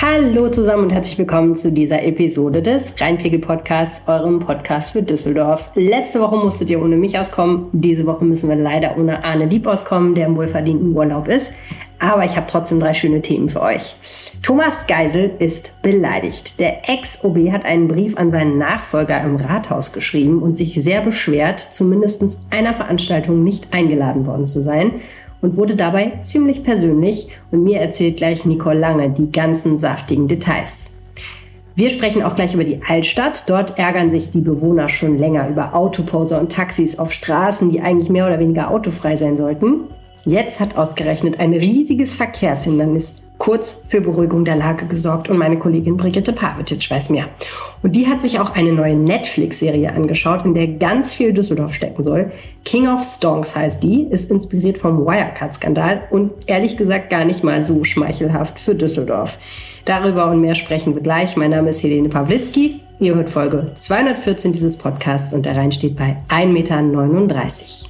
Hallo zusammen und herzlich willkommen zu dieser Episode des Rheinpegel-Podcasts, eurem Podcast für Düsseldorf. Letzte Woche musstet ihr ohne mich auskommen. Diese Woche müssen wir leider ohne Arne Lieb auskommen, der im wohlverdienten Urlaub ist. Aber ich habe trotzdem 3 schöne Themen für euch. Thomas Geisel ist beleidigt. Der Ex-OB hat einen Brief an seinen Nachfolger im Rathaus geschrieben und sich sehr beschwert, zumindest einer Veranstaltung nicht eingeladen worden zu sein. Und wurde dabei ziemlich persönlich. Und mir erzählt gleich Nicole Lange die ganzen saftigen Details. Wir sprechen auch gleich über die Altstadt. Dort ärgern sich die Bewohner schon länger über Autoposer und Taxis auf Straßen, die eigentlich mehr oder weniger autofrei sein sollten. Jetzt hat ausgerechnet ein riesiges Verkehrshindernis kurz für Beruhigung der Lage gesorgt und meine Kollegin Brigitte Pavicic weiß mehr. Und die hat sich auch eine neue Netflix-Serie angeschaut, in der ganz viel Düsseldorf stecken soll. King of Stonks heißt die, ist inspiriert vom Wirecard-Skandal und ehrlich gesagt gar nicht mal so schmeichelhaft für Düsseldorf. Darüber und mehr sprechen wir gleich. Mein Name ist Helene Pawlitzki. Ihr hört Folge 214 dieses Podcasts und der Rhein steht bei 1,39 Meter.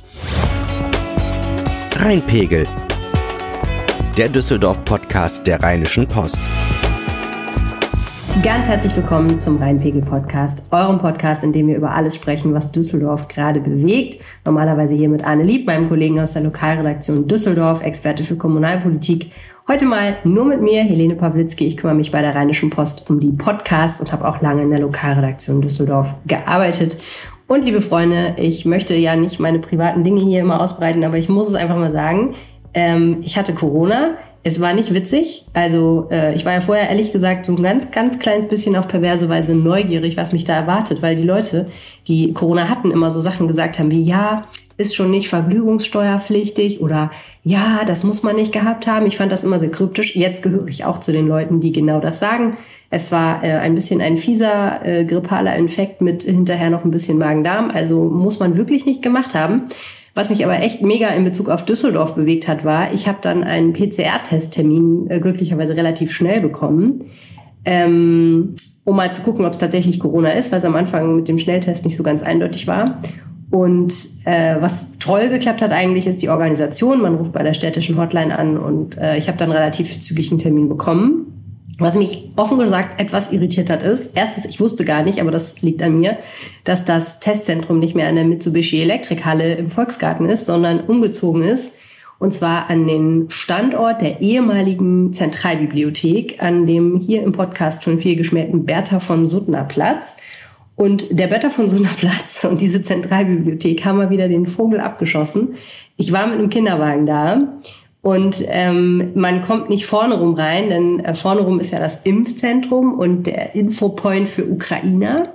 Rheinpegel, der Düsseldorf-Podcast der Rheinischen Post. Ganz herzlich willkommen zum Rheinpegel-Podcast, eurem Podcast, in dem wir über alles sprechen, was Düsseldorf gerade bewegt. Normalerweise hier mit Arne Lieb, meinem Kollegen aus der Lokalredaktion Düsseldorf, Experte für Kommunalpolitik. Heute mal nur mit mir, Helene Pawlitzki. Ich kümmere mich bei der Rheinischen Post um die Podcasts und habe auch lange in der Lokalredaktion Düsseldorf gearbeitet. Und liebe Freunde, ich möchte ja nicht meine privaten Dinge hier immer ausbreiten, aber ich muss es einfach mal sagen. Ich hatte Corona. Es war nicht witzig. Also ich war ja vorher ehrlich gesagt so ein ganz, ganz kleines bisschen auf perverse Weise neugierig, was mich da erwartet. Weil die Leute, die Corona hatten, immer so Sachen gesagt haben wie, ja, ist schon nicht vergnügungssteuerpflichtig oder ja, das muss man nicht gehabt haben. Ich fand das immer sehr kryptisch. Jetzt gehöre ich auch zu den Leuten, die genau das sagen. Es war ein bisschen ein fieser, grippaler Infekt mit hinterher noch ein bisschen Magen-Darm. Also muss man wirklich nicht gemacht haben. Was mich aber echt mega in Bezug auf Düsseldorf bewegt hat, war, ich habe dann einen PCR-Testtermin glücklicherweise relativ schnell bekommen, um mal zu gucken, ob es tatsächlich Corona ist, weil es am Anfang mit dem Schnelltest nicht so ganz eindeutig war. Und was toll geklappt hat eigentlich, ist die Organisation. Man ruft bei der städtischen Hotline an und ich habe dann relativ zügig einen Termin bekommen. Was mich offen gesagt etwas irritiert hat, ist, erstens, ich wusste gar nicht, aber das liegt an mir, dass das Testzentrum nicht mehr an der Mitsubishi Elektrikhalle im Volksgarten ist, sondern umgezogen ist. Und zwar an den Standort der ehemaligen Zentralbibliothek, an dem hier im Podcast schon viel geschmähten Bertha von Suttner Platz. Und der Bertha von Suttner Platz und diese Zentralbibliothek haben mal wieder den Vogel abgeschossen. Ich war mit einem Kinderwagen da. Und man kommt nicht vorne rum rein, denn vorne rum ist ja das Impfzentrum und der Infopoint für Ukrainer,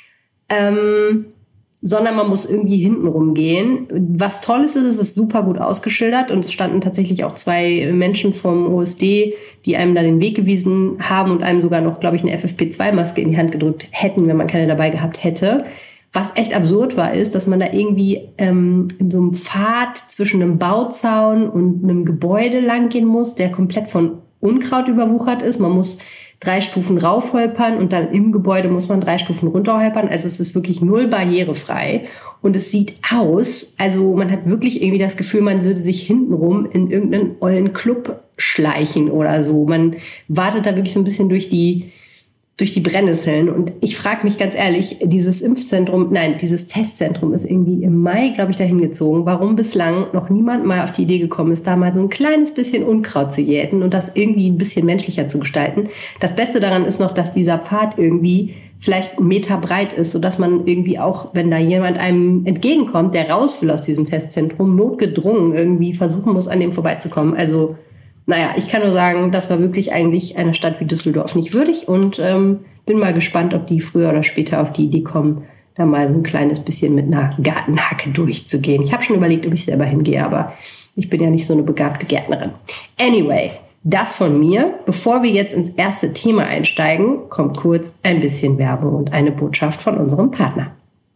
sondern man muss irgendwie hinten rumgehen. Was toll ist, es ist super gut ausgeschildert und es standen tatsächlich auch 2 Menschen vom OSD, die einem da den Weg gewiesen haben und einem sogar noch, glaube ich, eine FFP2-Maske in die Hand gedrückt hätten, wenn man keine dabei gehabt hätte. Was echt absurd war, ist, dass man da irgendwie in so einem Pfad zwischen einem Bauzaun und einem Gebäude lang gehen muss, der komplett von Unkraut überwuchert ist. Man muss 3 Stufen raufholpern und dann im Gebäude muss man 3 Stufen runterholpern. Also es ist wirklich null barrierefrei und es sieht aus, also man hat wirklich irgendwie das Gefühl, man würde sich hintenrum in irgendeinen ollen Club schleichen oder so. Man wartet da wirklich so ein bisschen durch die Brennnesseln. Und ich frage mich ganz ehrlich, dieses Testzentrum ist irgendwie im Mai, glaube ich, dahin gezogen. Warum bislang noch niemand mal auf die Idee gekommen ist, da mal so ein kleines bisschen Unkraut zu jäten und das irgendwie ein bisschen menschlicher zu gestalten. Das Beste daran ist noch, dass dieser Pfad irgendwie vielleicht 1 Meter breit ist, sodass man irgendwie auch, wenn da jemand einem entgegenkommt, der raus will aus diesem Testzentrum, notgedrungen irgendwie versuchen muss, an dem vorbeizukommen. Also naja, ich kann nur sagen, das war wirklich eigentlich einer Stadt wie Düsseldorf nicht würdig und bin mal gespannt, ob die früher oder später auf die Idee kommen, da mal so ein kleines bisschen mit einer Gartenhacke durchzugehen. Ich habe schon überlegt, ob ich selber hingehe, aber ich bin ja nicht so eine begabte Gärtnerin. Anyway, das von mir. Bevor wir jetzt ins erste Thema einsteigen, kommt kurz ein bisschen Werbung und eine Botschaft von unserem Partner.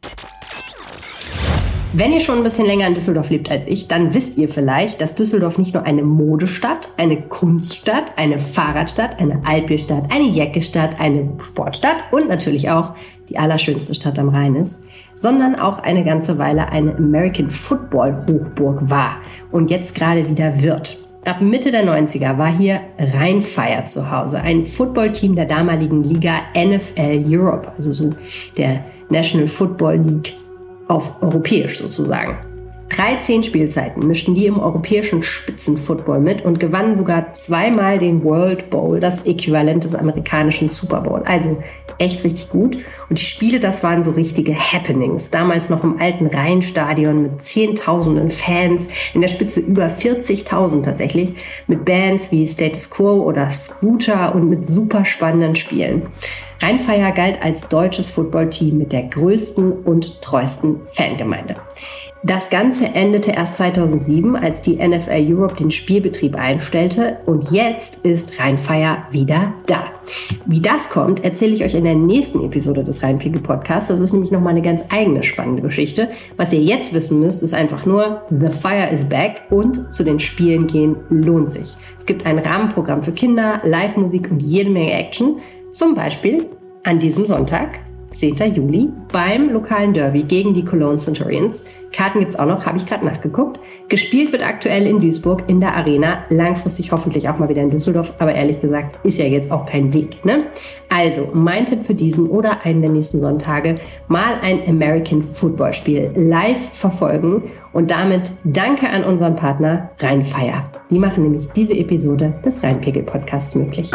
Wenn ihr schon ein bisschen länger in Düsseldorf lebt als ich, dann wisst ihr vielleicht, dass Düsseldorf nicht nur eine Modestadt, eine Kunststadt, eine Fahrradstadt, eine Altbierstadt, eine Jäckestadt, eine Sportstadt und natürlich auch die allerschönste Stadt am Rhein ist, sondern auch eine ganze Weile eine American Football Hochburg war und jetzt gerade wieder wird. Ab Mitte der 90er war hier Rheinfire zu Hause, ein Footballteam der damaligen Liga NFL Europe, also so der National Football League auf europäisch sozusagen. 13 Spielzeiten mischten die im europäischen Spitzenfootball mit und gewannen sogar 2-mal den World Bowl, das Äquivalent des amerikanischen Super Bowl. Also echt richtig gut. Und die Spiele, das waren so richtige Happenings. Damals noch im alten Rheinstadion mit Zehntausenden Fans, in der Spitze über 40.000 tatsächlich, mit Bands wie Status Quo oder Scooter und mit super spannenden Spielen. Rheinfire galt als deutsches Footballteam mit der größten und treuesten Fangemeinde. Das Ganze endete erst 2007, als die NFL Europe den Spielbetrieb einstellte, und jetzt ist Rheinfire wieder da. Wie das kommt, erzähle ich euch in der nächsten Episode des Rheinpegel Podcasts. Das ist nämlich nochmal eine ganz eigene spannende Geschichte. Was ihr jetzt wissen müsst, ist einfach nur, The Fire is back und zu den Spielen gehen lohnt sich. Es gibt ein Rahmenprogramm für Kinder, Live-Musik und jede Menge Action. Zum Beispiel an diesem Sonntag, 10. Juli, beim lokalen Derby gegen die Cologne Centurions. Karten gibt's auch noch, habe ich gerade nachgeguckt. Gespielt wird aktuell in Duisburg in der Arena, langfristig hoffentlich auch mal wieder in Düsseldorf, aber ehrlich gesagt ist ja jetzt auch kein Weg, ne? Also, mein Tipp für diesen oder einen der nächsten Sonntage, mal ein American Football Spiel live verfolgen, und damit danke an unseren Partner Rheinfire. Die machen nämlich diese Episode des Rheinpegel Podcasts möglich.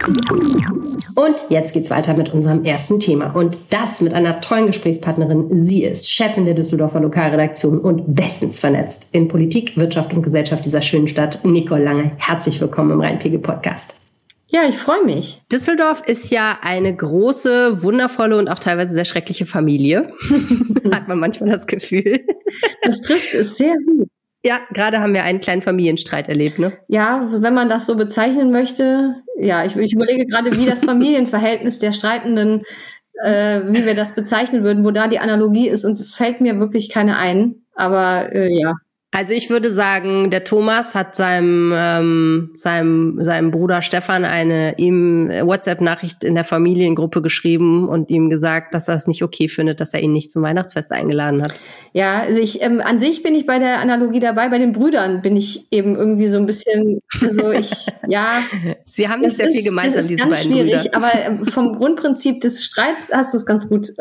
Und jetzt geht's weiter mit unserem ersten Thema, und das mit einer tollen Gesprächspartnerin. Sie ist Chefin der Düsseldorfer Lokalredaktion und bestens vernetzt in Politik, Wirtschaft und Gesellschaft dieser schönen Stadt. Nicole Lange, herzlich willkommen im Rheinpegel Podcast. Ja, ich freue mich. Düsseldorf ist ja eine große, wundervolle und auch teilweise sehr schreckliche Familie. Hat man manchmal das Gefühl. Das trifft es sehr gut. Ja, gerade haben wir einen kleinen Familienstreit erlebt, ne? Ja, wenn man das so bezeichnen möchte. Ja, ich überlege gerade, wie das Familienverhältnis der Streitenden, wie wir das bezeichnen würden, wo da die Analogie ist. Und es fällt mir wirklich keine ein. Aber ja. Also ich würde sagen, der Thomas hat seinem Bruder Stefan eine WhatsApp-Nachricht in der Familiengruppe geschrieben und ihm gesagt, dass er es nicht okay findet, dass er ihn nicht zum Weihnachtsfest eingeladen hat. Ja, also an sich bin ich bei der Analogie dabei. Bei den Brüdern bin ich eben irgendwie so ein bisschen, ja. Sie haben nicht sehr viel gemeinsam, diese beiden Brüder. Das ist ganz schwierig, aber vom Grundprinzip des Streits hast du es ganz gut,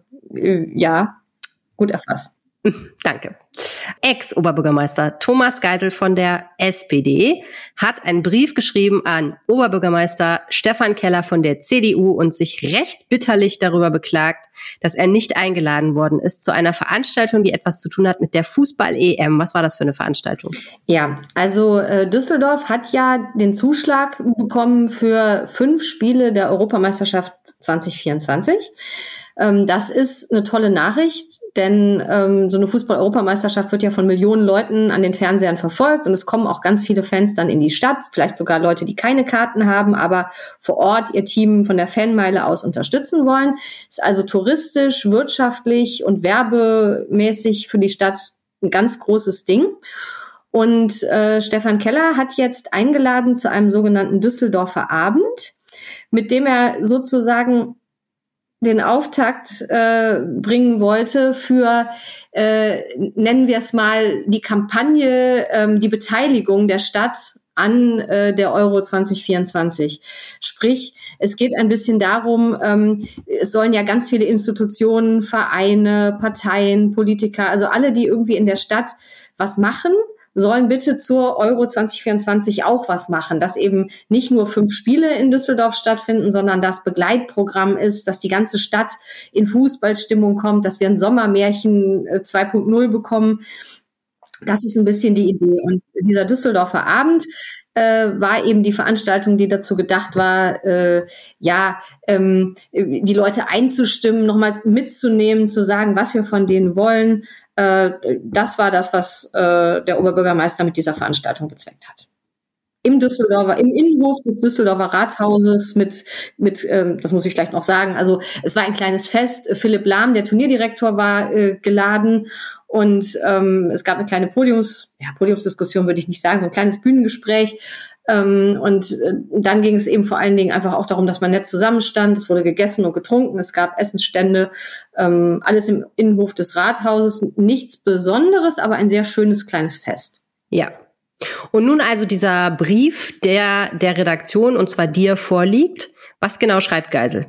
gut erfasst. Danke. Ex-Oberbürgermeister Thomas Geisel von der SPD hat einen Brief geschrieben an Oberbürgermeister Stefan Keller von der CDU und sich recht bitterlich darüber beklagt, dass er nicht eingeladen worden ist zu einer Veranstaltung, die etwas zu tun hat mit der Fußball-EM. Was war das für eine Veranstaltung? Ja, also Düsseldorf hat ja den Zuschlag bekommen für 5 Spiele der Europameisterschaft 2024. Das ist eine tolle Nachricht, denn so eine Fußball-Europameisterschaft wird ja von Millionen Leuten an den Fernsehern verfolgt, und es kommen auch ganz viele Fans dann in die Stadt, vielleicht sogar Leute, die keine Karten haben, aber vor Ort ihr Team von der Fanmeile aus unterstützen wollen. Ist also touristisch, wirtschaftlich und werbemäßig für die Stadt ein ganz großes Ding. Und Stefan Keller hat jetzt eingeladen zu einem sogenannten Düsseldorfer Abend, mit dem er sozusagen den Auftakt bringen wollte für, nennen wir es mal, die Kampagne, die Beteiligung der Stadt an der Euro 2024. Sprich, es geht ein bisschen darum, es sollen ja ganz viele Institutionen, Vereine, Parteien, Politiker, also alle, die irgendwie in der Stadt was machen, sollen bitte zur Euro 2024 auch was machen, dass eben nicht nur 5 Spiele in Düsseldorf stattfinden, sondern das Begleitprogramm ist, dass die ganze Stadt in Fußballstimmung kommt, dass wir ein Sommermärchen 2.0 bekommen. Das ist ein bisschen die Idee. Und dieser Düsseldorfer Abend war eben die Veranstaltung, die dazu gedacht war, die Leute einzustimmen, nochmal mitzunehmen, zu sagen, was wir von denen wollen. Das war das, was der Oberbürgermeister mit dieser Veranstaltung bezweckt hat. Im Innenhof des Düsseldorfer Rathauses mit, das muss ich gleich noch sagen, also es war ein kleines Fest. Philipp Lahm, der Turnierdirektor, war geladen, und es gab eine kleine Podiumsdiskussion würde ich nicht sagen, so ein kleines Bühnengespräch. Und dann ging es eben vor allen Dingen einfach auch darum, dass man nett zusammenstand. Es wurde gegessen und getrunken, es gab Essensstände, alles im Innenhof des Rathauses. Nichts Besonderes, aber ein sehr schönes kleines Fest. Ja. Und nun also dieser Brief, der Redaktion, und zwar dir, vorliegt. Was genau schreibt Geisel?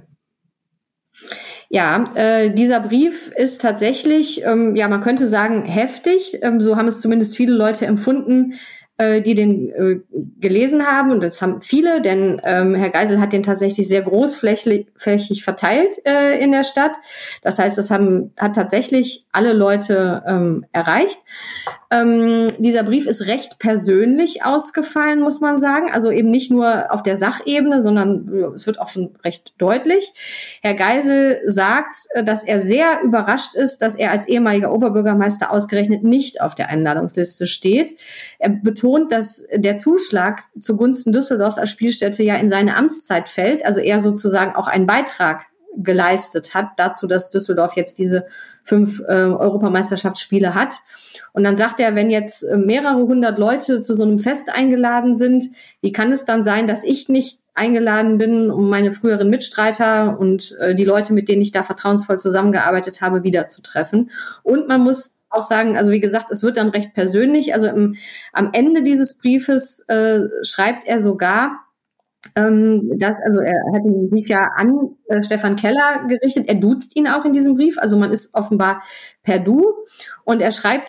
Ja, dieser Brief ist tatsächlich, man könnte sagen, heftig. So haben es zumindest viele Leute empfunden, die den gelesen haben. Und das haben viele, denn Herr Geisel hat den tatsächlich sehr großflächig verteilt in der Stadt. Das heißt, hat tatsächlich alle Leute erreicht. Dieser Brief ist recht persönlich ausgefallen, muss man sagen. Also eben nicht nur auf der Sachebene, sondern es wird auch schon recht deutlich. Herr Geisel sagt, dass er sehr überrascht ist, dass er als ehemaliger Oberbürgermeister ausgerechnet nicht auf der Einladungsliste steht. Er betont, dass der Zuschlag zugunsten Düsseldorfs als Spielstätte ja in seine Amtszeit fällt, also er sozusagen auch einen Beitrag geleistet hat dazu, dass Düsseldorf jetzt diese 5 Europameisterschaftsspiele hat. Und dann sagt er, wenn jetzt mehrere hundert Leute zu so einem Fest eingeladen sind, wie kann es dann sein, dass ich nicht eingeladen bin, um meine früheren Mitstreiter und die Leute, mit denen ich da vertrauensvoll zusammengearbeitet habe, wiederzutreffen? Und man muss auch sagen, also wie gesagt, es wird dann recht persönlich. Also am Ende dieses Briefes schreibt er sogar, er hat den Brief ja an Stefan Keller gerichtet. Er duzt ihn auch in diesem Brief. Also man ist offenbar per Du. Und er schreibt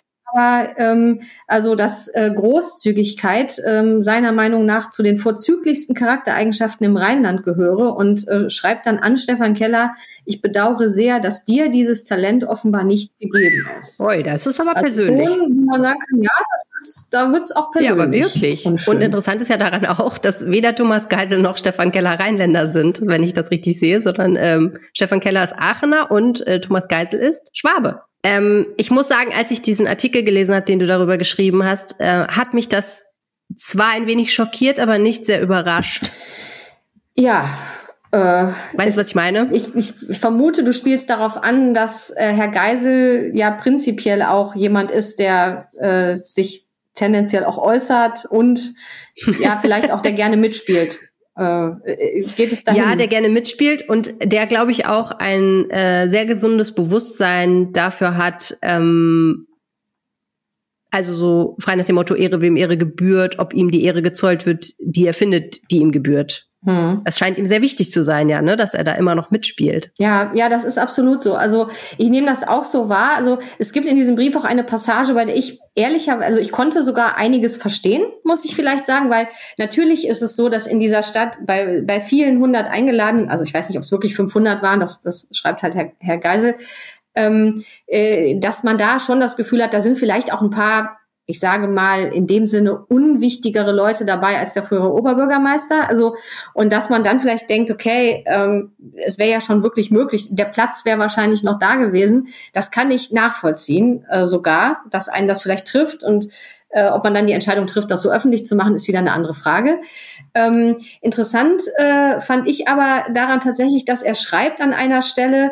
aber, dass Großzügigkeit seiner Meinung nach zu den vorzüglichsten Charaktereigenschaften im Rheinland gehöre und schreibt dann an Stefan Keller: Ich bedauere sehr, dass dir dieses Talent offenbar nicht gegeben ist. Ui, das ist aber persönlich. Man sagen kann, ja, da wird es auch persönlich. Ja, aber wirklich. Und interessant ist ja daran auch, dass weder Thomas Geisel noch Stefan Keller Rheinländer sind, wenn ich das richtig sehe, sondern Stefan Keller ist Aachener und Thomas Geisel ist Schwabe. Ich muss sagen, als ich diesen Artikel gelesen habe, den du darüber geschrieben hast, hat mich das zwar ein wenig schockiert, aber nicht sehr überrascht. Ja. Weißt du, was ich meine? Ich vermute, du spielst darauf an, dass Herr Geisel ja prinzipiell auch jemand ist, der sich tendenziell auch äußert und ja vielleicht auch der gerne mitspielt. Geht es dahin? Ja, der gerne mitspielt und der, glaube ich, auch ein sehr gesundes Bewusstsein dafür hat, also so frei nach dem Motto, Ehre wem Ehre gebührt, ob ihm die Ehre gezollt wird, die er findet, die ihm gebührt. Es scheint ihm sehr wichtig zu sein, ja, ne, dass er da immer noch mitspielt. Ja, das ist absolut so. Also ich nehme das auch so wahr. Also es gibt in diesem Brief auch eine Passage, bei der ich ehrlicherweise, ich konnte sogar einiges verstehen, muss ich vielleicht sagen, weil natürlich ist es so, dass in dieser Stadt bei vielen 100 Eingeladenen, also ich weiß nicht, ob es wirklich 500 waren, das schreibt halt Herr Geisel, dass man da schon das Gefühl hat, da sind vielleicht auch ein paar, ich sage mal, in dem Sinne unwichtigere Leute dabei als der frühere Oberbürgermeister. Also, und dass man dann vielleicht denkt, okay, es wäre ja schon wirklich möglich, der Platz wäre wahrscheinlich noch da gewesen. Das kann ich nachvollziehen, sogar, dass einen das vielleicht trifft und ob man dann die Entscheidung trifft, das so öffentlich zu machen, ist wieder eine andere Frage. Interessant fand ich aber daran tatsächlich, dass er schreibt an einer Stelle,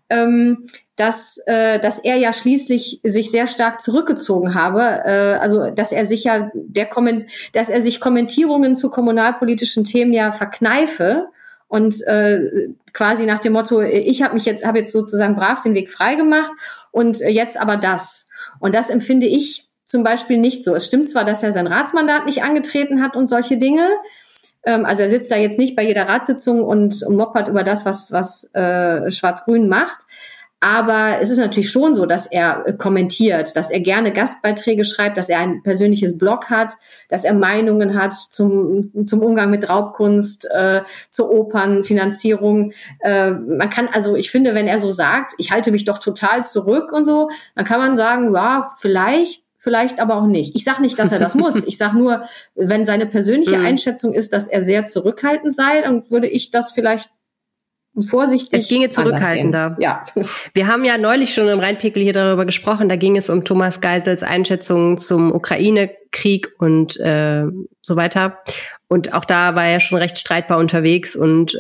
dass er ja schließlich sich sehr stark zurückgezogen habe, also dass er sich ja dass er sich Kommentierungen zu kommunalpolitischen Themen ja verkneife und quasi nach dem Motto, ich habe jetzt sozusagen brav den Weg frei gemacht und jetzt aber das. Und das empfinde ich zum Beispiel nicht so. Es stimmt zwar, dass er sein Ratsmandat nicht angetreten hat und solche Dinge. Also er sitzt da jetzt nicht bei jeder Ratssitzung und moppert über das, was Schwarz-Grün macht. Aber es ist natürlich schon so, dass er kommentiert, dass er gerne Gastbeiträge schreibt, dass er ein persönliches Blog hat, dass er Meinungen hat zum Umgang mit Raubkunst, zur Opernfinanzierung. Man kann, also ich finde, wenn er so sagt, ich halte mich doch total zurück und so, dann kann man sagen, ja, vielleicht aber auch nicht. Ich sage nicht, dass er das muss. Ich sage nur, wenn seine persönliche Einschätzung ist, dass er sehr zurückhaltend sei, dann würde ich das vielleicht vorsichtig. Es ginge zurückhaltender. Ja. Wir haben ja neulich schon im Rheinpegel hier darüber gesprochen. Da ging es um Thomas Geisels Einschätzung zum Ukraine-Krieg und so weiter. Und auch da war er schon recht streitbar unterwegs. Und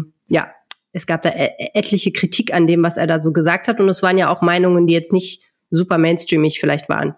es gab da etliche Kritik an dem, was er da so gesagt hat. Und es waren ja auch Meinungen, die jetzt nicht super mainstreamig vielleicht waren.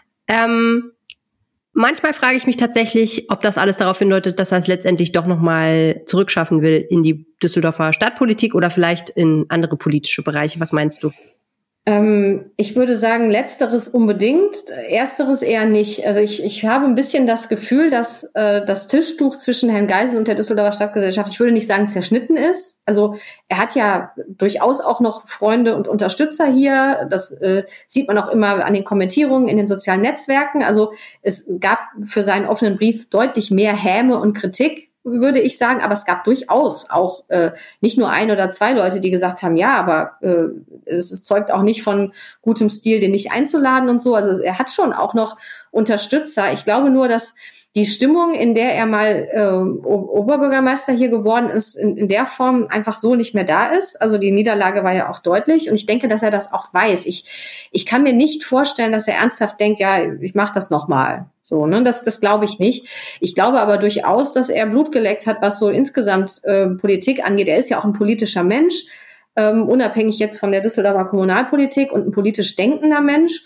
Manchmal frage ich mich tatsächlich, ob das alles darauf hindeutet, dass er es letztendlich doch nochmal zurückschaffen will in die Düsseldorfer Stadtpolitik oder vielleicht in andere politische Bereiche. Was meinst du? Ich würde sagen, letzteres unbedingt, ersteres eher nicht. Also ich habe ein bisschen das Gefühl, dass das Tischtuch zwischen Herrn Geisel und der Düsseldorfer Stadtgesellschaft, ich würde nicht sagen zerschnitten ist. Also er hat ja durchaus auch noch Freunde und Unterstützer hier. Das sieht man auch immer an den Kommentierungen in den sozialen Netzwerken. Also es gab für seinen offenen Brief deutlich mehr Häme und Kritik, würde ich sagen, aber es gab durchaus auch nicht nur ein oder zwei Leute, die gesagt haben, ja, aber es zeugt auch nicht von gutem Stil, den nicht einzuladen und so. Also er hat schon auch noch Unterstützer. Ich glaube nur, dass die Stimmung, in der er mal Oberbürgermeister hier geworden ist, in der Form einfach so nicht mehr da ist. Also die Niederlage war ja auch deutlich und ich denke, dass er das auch weiß. Ich kann mir nicht vorstellen, dass er ernsthaft denkt, ja, ich mache das nochmal. So, ne? Das glaube ich nicht. Ich glaube aber durchaus, dass er Blut geleckt hat, was so insgesamt Politik angeht. Er ist ja auch ein politischer Mensch, unabhängig jetzt von der Düsseldorfer Kommunalpolitik und ein politisch denkender Mensch.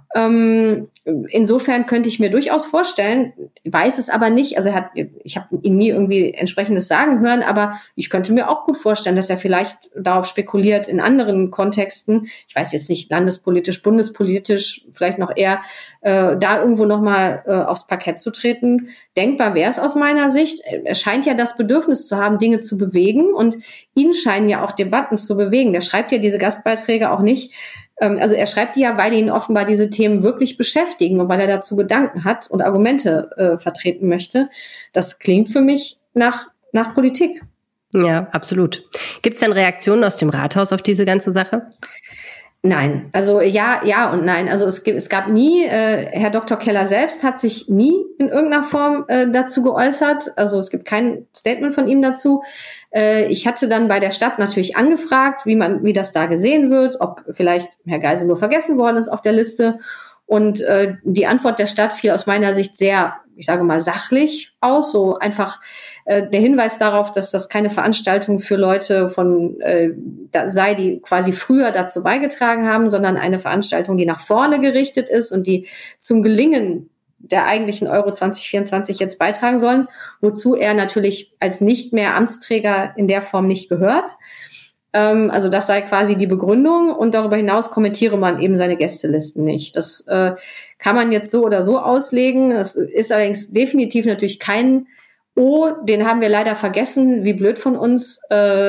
Insofern könnte ich mir durchaus vorstellen, weiß es aber nicht, also ich habe ihn nie irgendwie entsprechendes sagen hören, aber ich könnte mir auch gut vorstellen, dass er vielleicht darauf spekuliert, in anderen Kontexten, ich weiß jetzt nicht, landespolitisch, bundespolitisch, vielleicht noch eher, da irgendwo nochmal aufs Parkett zu treten. Denkbar wäre es aus meiner Sicht. Er scheint ja das Bedürfnis zu haben, Dinge zu bewegen und ihn scheinen ja auch Debatten zu bewegen. Der schreibt ja diese Gastbeiträge auch nicht. Also er schreibt die ja, weil ihn offenbar diese Themen wirklich beschäftigen und weil er dazu Gedanken hat und Argumente vertreten möchte. Das klingt für mich nach Politik. Ja, absolut. Gibt es denn Reaktionen aus dem Rathaus auf diese ganze Sache? Nein, also ja und nein. Also es gab nie, Herr Dr. Keller selbst hat sich nie in irgendeiner Form dazu geäußert. Also es gibt kein Statement von ihm dazu. Ich hatte dann bei der Stadt natürlich angefragt, wie das da gesehen wird, ob vielleicht Herr Geisel nur vergessen worden ist auf der Liste. Und die Antwort der Stadt fiel aus meiner Sicht sehr, ich sage mal, sachlich aus. So einfach der Hinweis darauf, dass das keine Veranstaltung für Leute sei, die quasi früher dazu beigetragen haben, sondern eine Veranstaltung, die nach vorne gerichtet ist und die zum Gelingen der eigentlichen Euro 2024 jetzt beitragen sollen, wozu er natürlich als nicht mehr Amtsträger in der Form nicht gehört. Also das sei quasi die Begründung und darüber hinaus kommentiere man eben seine Gästelisten nicht. Das kann man jetzt so oder so auslegen. Es ist allerdings definitiv natürlich kein den haben wir leider vergessen, wie blöd von uns,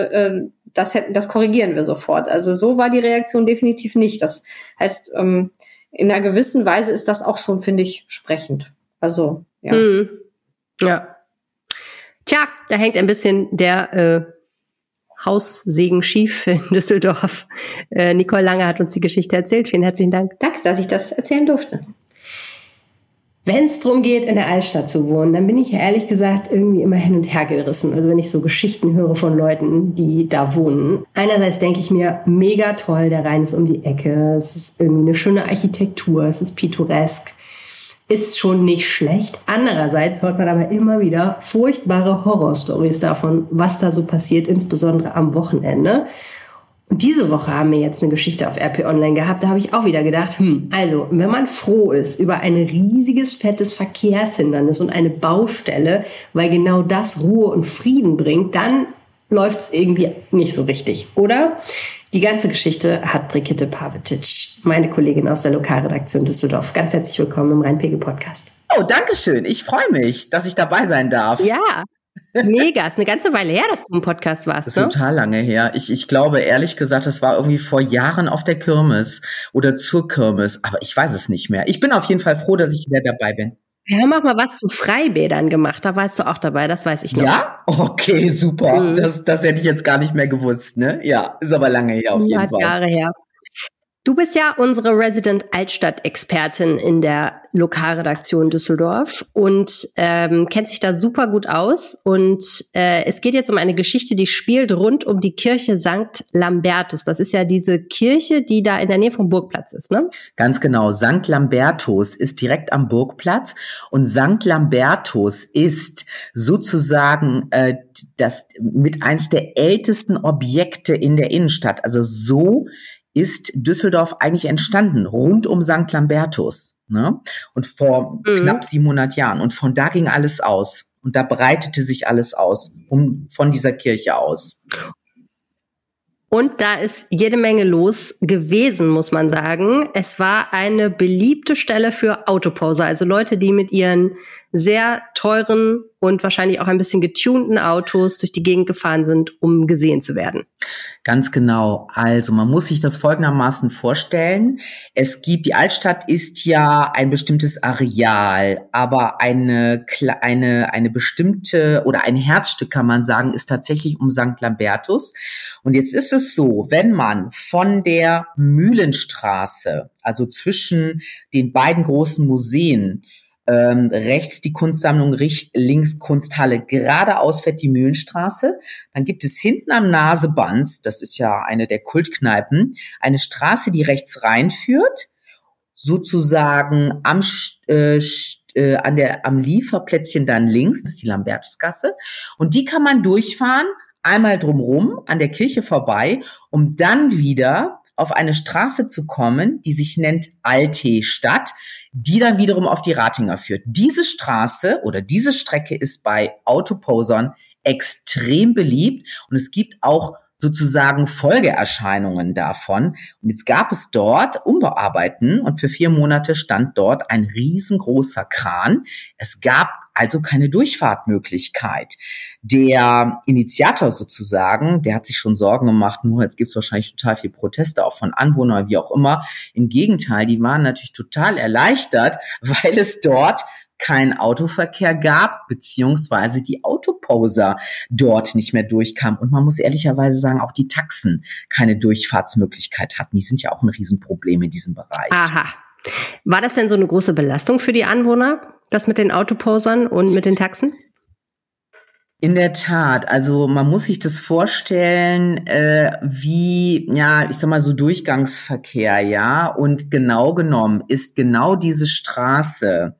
das korrigieren wir sofort. Also so war die Reaktion definitiv nicht. Das heißt, in einer gewissen Weise ist das auch schon, finde ich, sprechend. Also, ja. Ja. Tja, da hängt ein bisschen der Haussegen schief in Düsseldorf. Nicole Lange hat uns die Geschichte erzählt. Vielen herzlichen Dank. Danke, dass ich das erzählen durfte. Wenn es darum geht, in der Altstadt zu wohnen, dann bin ich ja ehrlich gesagt irgendwie immer hin und her gerissen. Also wenn ich so Geschichten höre von Leuten, die da wohnen. Einerseits denke ich mir, mega toll, der Rhein ist um die Ecke. Es ist irgendwie eine schöne Architektur, es ist pittoresk. Ist schon nicht schlecht. Andererseits hört man aber immer wieder furchtbare Horrorstories davon, was da so passiert, insbesondere am Wochenende. Und diese Woche haben wir jetzt eine Geschichte auf RP Online gehabt. Da habe ich auch wieder gedacht, also wenn man froh ist über ein riesiges, fettes Verkehrshindernis und eine Baustelle, weil genau das Ruhe und Frieden bringt, dann läuft es irgendwie nicht so richtig, oder? Die ganze Geschichte hat Brigitte Pavetic, meine Kollegin aus der Lokalredaktion Düsseldorf. Ganz herzlich willkommen im Rhein-Pegel-Podcast. Oh, danke schön. Ich freue mich, dass ich dabei sein darf. Ja, mega. Ist eine ganze Weile her, dass du im Podcast warst. Das ist total lange her. Ich glaube, ehrlich gesagt, das war irgendwie vor Jahren auf der Kirmes oder zur Kirmes. Aber ich weiß es nicht mehr. Ich bin auf jeden Fall froh, dass ich wieder dabei bin. Wir haben auch mal was zu Freibädern gemacht. Da warst du auch dabei, das weiß ich noch. Ja? Okay, super. Das hätte ich jetzt gar nicht mehr gewusst, ne? Ja, ist aber lange her auf jeden Fall. Jahre her. Du bist ja unsere Resident Altstadt-Expertin in der Lokalredaktion Düsseldorf und kennt sich da super gut aus. Und es geht jetzt um eine Geschichte, die spielt rund um die Kirche St. Lambertus. Das ist ja diese Kirche, die da in der Nähe vom Burgplatz ist, ne? Ganz genau. St. Lambertus ist direkt am Burgplatz und St. Lambertus ist sozusagen das mit eins der ältesten Objekte in der Innenstadt. Also so ist Düsseldorf eigentlich entstanden, rund um St. Lambertus, ne? Und vor knapp 700 Jahren. Und von da ging alles aus. Und da breitete sich alles aus, von dieser Kirche aus. Und da ist jede Menge los gewesen, muss man sagen. Es war eine beliebte Stelle für Autoposer, also Leute, die mit ihren sehr teuren und wahrscheinlich auch ein bisschen getunten Autos durch die Gegend gefahren sind, um gesehen zu werden. Ganz genau. Also man muss sich das folgendermaßen vorstellen. Die Altstadt ist ja ein bestimmtes Areal, aber eine bestimmte oder ein Herzstück, kann man sagen, ist tatsächlich um St. Lambertus. Und jetzt ist es so, wenn man von der Mühlenstraße, also zwischen den beiden großen Museen, rechts die Kunstsammlung, links Kunsthalle, geradeaus fährt die Mühlenstraße. Dann gibt es hinten am Nasebanz, das ist ja eine der Kultkneipen, eine Straße, die rechts reinführt, sozusagen am Lieferplätzchen dann links, das ist die Lambertusgasse. Und die kann man durchfahren, einmal drumrum, an der Kirche vorbei, um dann wieder auf eine Straße zu kommen, die sich nennt Alteestadt, die dann wiederum auf die Ratinger führt. Diese Straße oder diese Strecke ist bei Autoposern extrem beliebt und es gibt auch sozusagen Folgeerscheinungen davon. Und jetzt gab es dort Umbearbeiten und für 4 Monate stand dort ein riesengroßer Kran. Es gab also keine Durchfahrtmöglichkeit. Der Initiator sozusagen, der hat sich schon Sorgen gemacht, nur jetzt gibt es wahrscheinlich total viel Proteste auch von Anwohnern, wie auch immer. Im Gegenteil, die waren natürlich total erleichtert, weil es dort keinen Autoverkehr gab, beziehungsweise die Autoposer dort nicht mehr durchkamen. Und man muss ehrlicherweise sagen, auch die Taxen keine Durchfahrtsmöglichkeit hatten. Die sind ja auch ein Riesenproblem in diesem Bereich. Aha. War das denn so eine große Belastung für die Anwohner, das mit den Autoposern und mit den Taxen? In der Tat, also man muss sich das vorstellen, wie, ja, ich sag mal so Durchgangsverkehr, ja, und genau genommen ist genau diese Straße